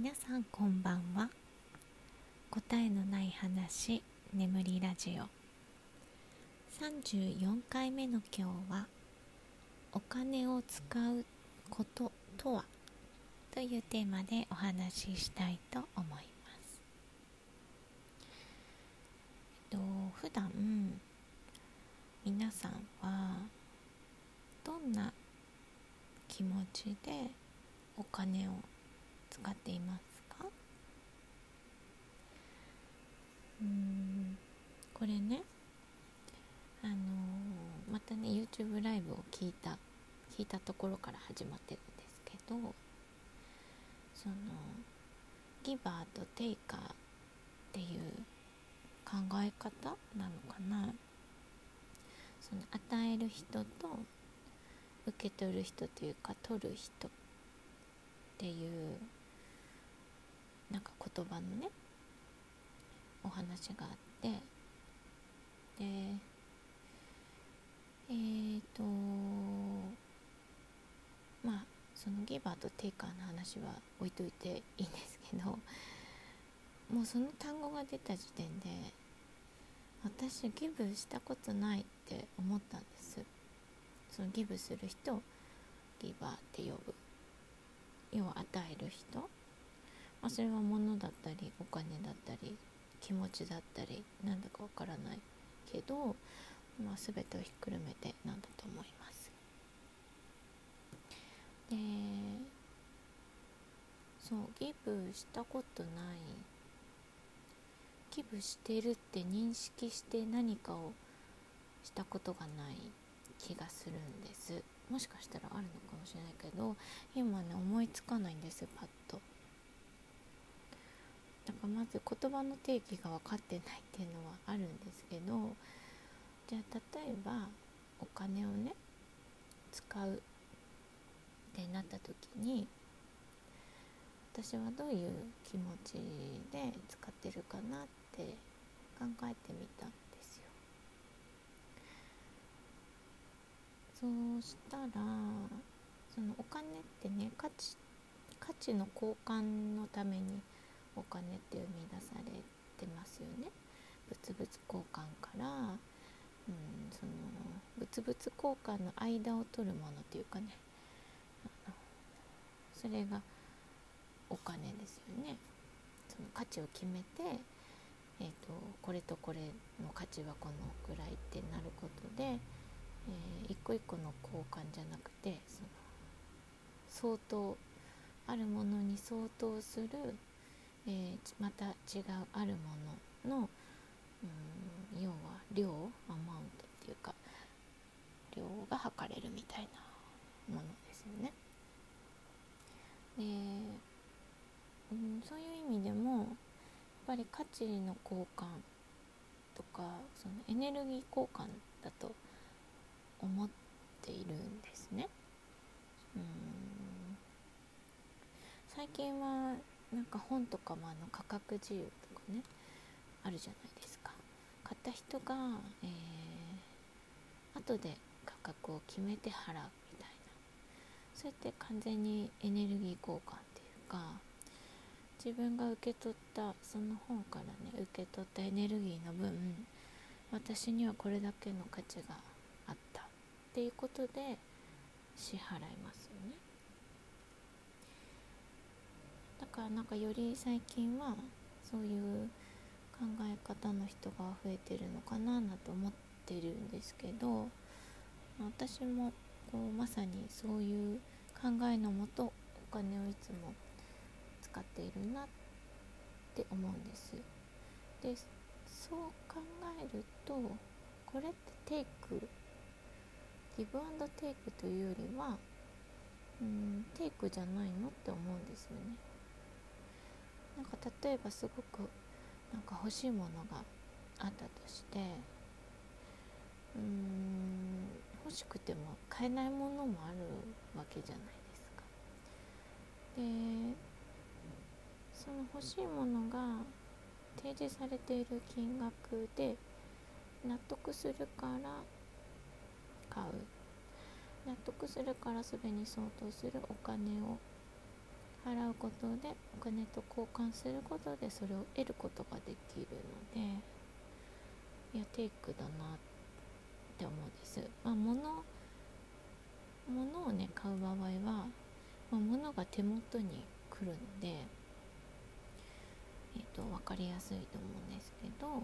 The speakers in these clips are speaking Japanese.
皆さんこんばんは。答えのない話、眠りラジオ34回目の今日は、お金を使うこととはというテーマでお話ししたいと思います。普段皆さんはどんな気持ちでお金を使っていますか？これね、またね YouTube ライブを聞いたところから始まってるんですけど、そのギバーとテイカーっていう考え方なのかな。その与える人と受け取る人というか取る人っていうなんか言葉のねお話があって、でまあそのギバーとテイカーの話は置いといていいんですけど、もうその単語が出た時点で私ギブしたことないって思ったんです。そのギブする人をギバーって呼ぶ、要は与える人、それは物だったりお金だったり気持ちだったりなんだかわからないけど、全てをひっくるめてなんだと思います。で、そうギブしたことない、ギブしてるって認識して何かをしたことがない気がするんです。もしかしたらあるのかもしれないけど、今ね思いつかないんです、パッと。だからまず言葉の定義が分かってないっていうのはあるんですけど、じゃあ例えばお金をね使うってなった時に、私はどういう気持ちで使ってるかなって考えてみたんですよ。そうしたら、そのお金ってね、価値の交換のためにお金って生み出されてますよね。物々交換から、その物々交換の間を取るものっていうかね、それがお金ですよね。その価値を決めて、これとこれの価値はこのぐらいってなることで、一個一個の交換じゃなくて、その相当あるものに相当する、また違うあるものの、要は量、アマウントっていうか量が測れるみたいなものですよね。で、そういう意味でもやっぱり価値の交換とかそのエネルギー交換だと思っているんですね。最近はなんか本とかも価格自由とかねあるじゃないですか。買った人が、後で価格を決めて払うみたいな、そうやって完全にエネルギー交換っていうか、自分が受け取ったその本からね受け取ったエネルギーの分、私にはこれだけの価値があったっていうことで支払いますよね。だからなんかより最近はそういう考え方の人が増えてるのかなと思ってるんですけど、私もこうまさにそういう考えのもとお金をいつも使っているなって思うんです。で、そう考えるとこれってギブアンドテイクというよりはテイクじゃないのって思うんですよね。なんか例えばすごくなんか欲しいものがあったとして、欲しくても買えないものもあるわけじゃないですか。で、その欲しいものが提示されている金額で納得するから買う、納得するからそれに相当するお金を払うことでお金と交換することでそれを得ることができるので、いやテイクだなって思うんです。物をね買う場合は、物が手元に来るので、分かりやすいと思うんですけど、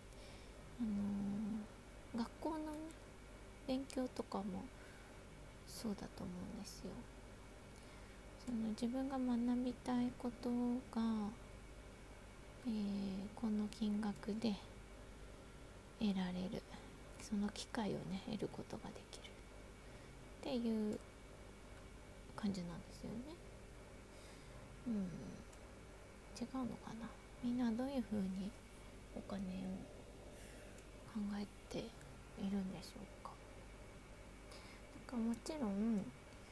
学校のね勉強とかもそうだと思うんですよ。その自分が学びたいことが、この金額で得られる、その機会をね得ることができるっていう感じなんですよね。違うのかな。みんなどういうふうにお金を考えているんでしょうか。だからもちろん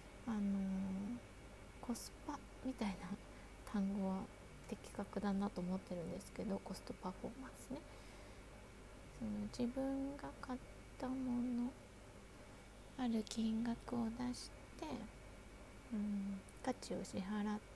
コスパみたいな単語は的確だなと思ってるんですけど、コストパフォーマンスね。その自分が買ったもの、ある金額を出して、価値を支払った、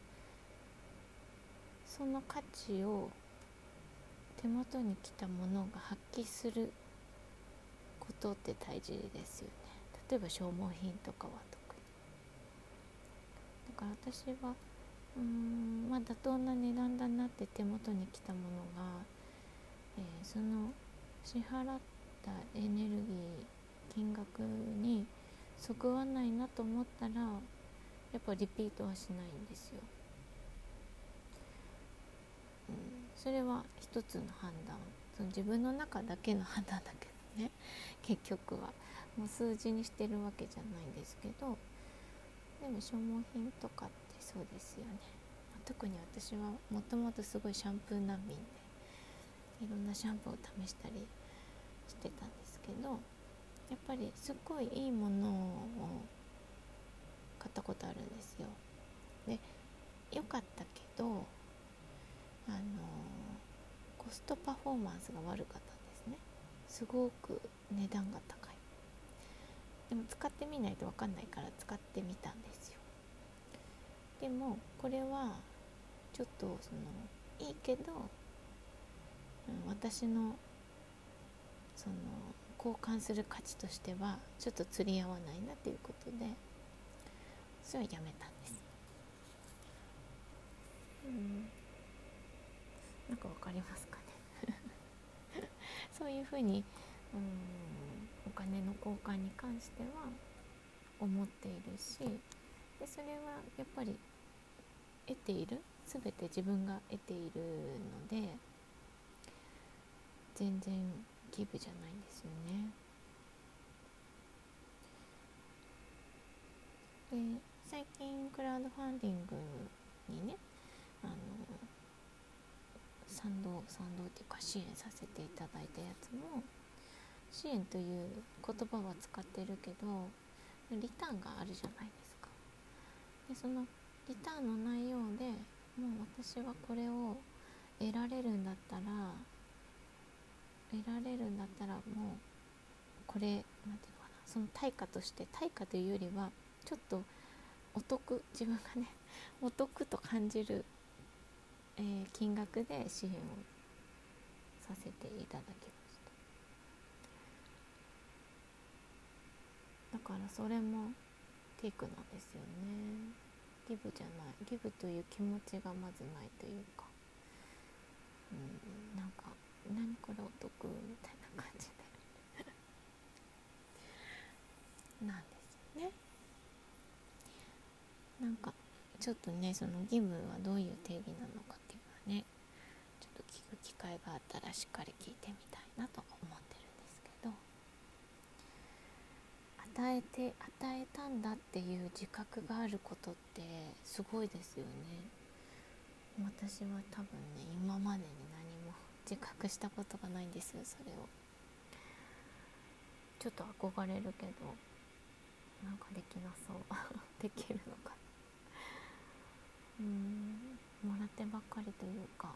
その価値を手元に来たものが発揮することって大事ですよね。例えば消耗品とかは特に。だから私は妥当な値段だなって手元に来たものが、その支払ったエネルギー金額にそぐわないなと思ったら、やっぱリピートはしないんですよ。それは一つの判断、その自分の中だけの判断だけどね、結局はもう数字にしてるわけじゃないんですけど、でも消耗品とかってそうですよね。特に私はもともとすごいシャンプー難民で、いろんなシャンプーを試したりしてたんですけど、やっぱりすっごいいいものを買ったことあるんですよ。で、良かったけどコストパフォーマンスが悪かったんですね。すごく値段が高い。でも使ってみないと分かんないから使ってみたんですよ。でもこれはちょっといいけど、私のその交換する価値としてはちょっと釣り合わないなっていうことで、それはやめたんです。なんかわかりますかねそういうふうにお金の交換に関しては思っているし、でそれはやっぱり得ている、全て自分が得ているので、全然ギブじゃないんですよね。で最近クラウドファンディングにね賛同っていうか支援させていただいたやつも、支援という言葉は使ってるけどリターンがあるじゃないですか。でそのリターンの内容でもう私はこれを得られるんだったらもうこれなんていうのかな、その対価として、対価というよりはちょっとお得、自分がねお得と感じる、金額で支援をさせていただきました。だからそれもテイクなんですよね。ギブじゃない、ギブという気持ちがまずないというか、なんか何これお得みたいな感じでなんですよね。なんかちょっとね、そのギブはどういう定義なのかっていうのはね、ちょっと聞く機会があったらしっかり聞いてみたいなと思ってるんですけど、与えたんだっていう自覚があることってすごいですよね。私は多分ね、今までに何も自覚したことがないんですよ。それをちょっと憧れるけど、なんかできなそうできるのか、もらってばっかりというか、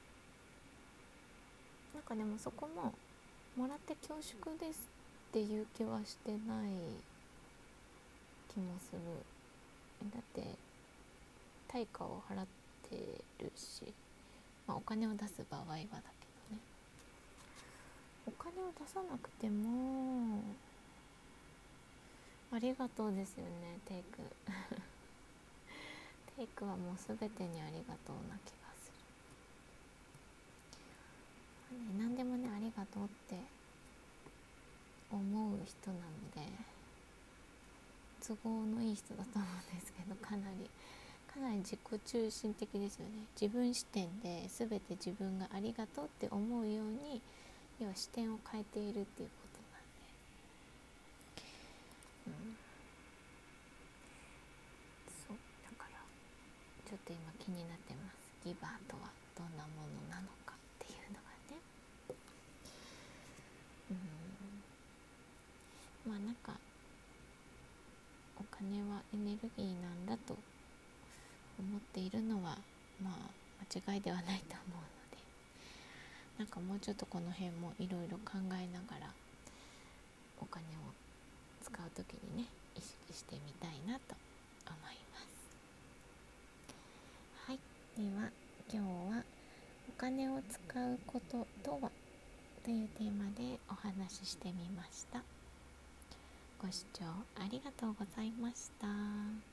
なんかでもそこももらって恐縮ですっていう気はしてない気もする。だって対価を払ってるし、お金を出す場合はだけどね、お金を出さなくてもありがとうですよね。テイクテイクはもう全てにありがとうな気がする、何でもねありがとうって思う人なので都合のいい人だと思うんですけど、かなり自己中心的ですよね。自分視点で全て自分がありがとうって思うように、要は視点を変えているっていうことなんで、そうだからちょっと今気になってます。ギバーとはどんなものなのかっていうのがね。なんかお金はエネルギーなんだと思っているのは間違いではないと思うので、なんかもうちょっとこの辺もいろいろ考えながらお金を使うときにね意識してみたいなと思います。はい、では今日はお金を使うこととはというテーマでお話ししてみました。ご視聴ありがとうございました。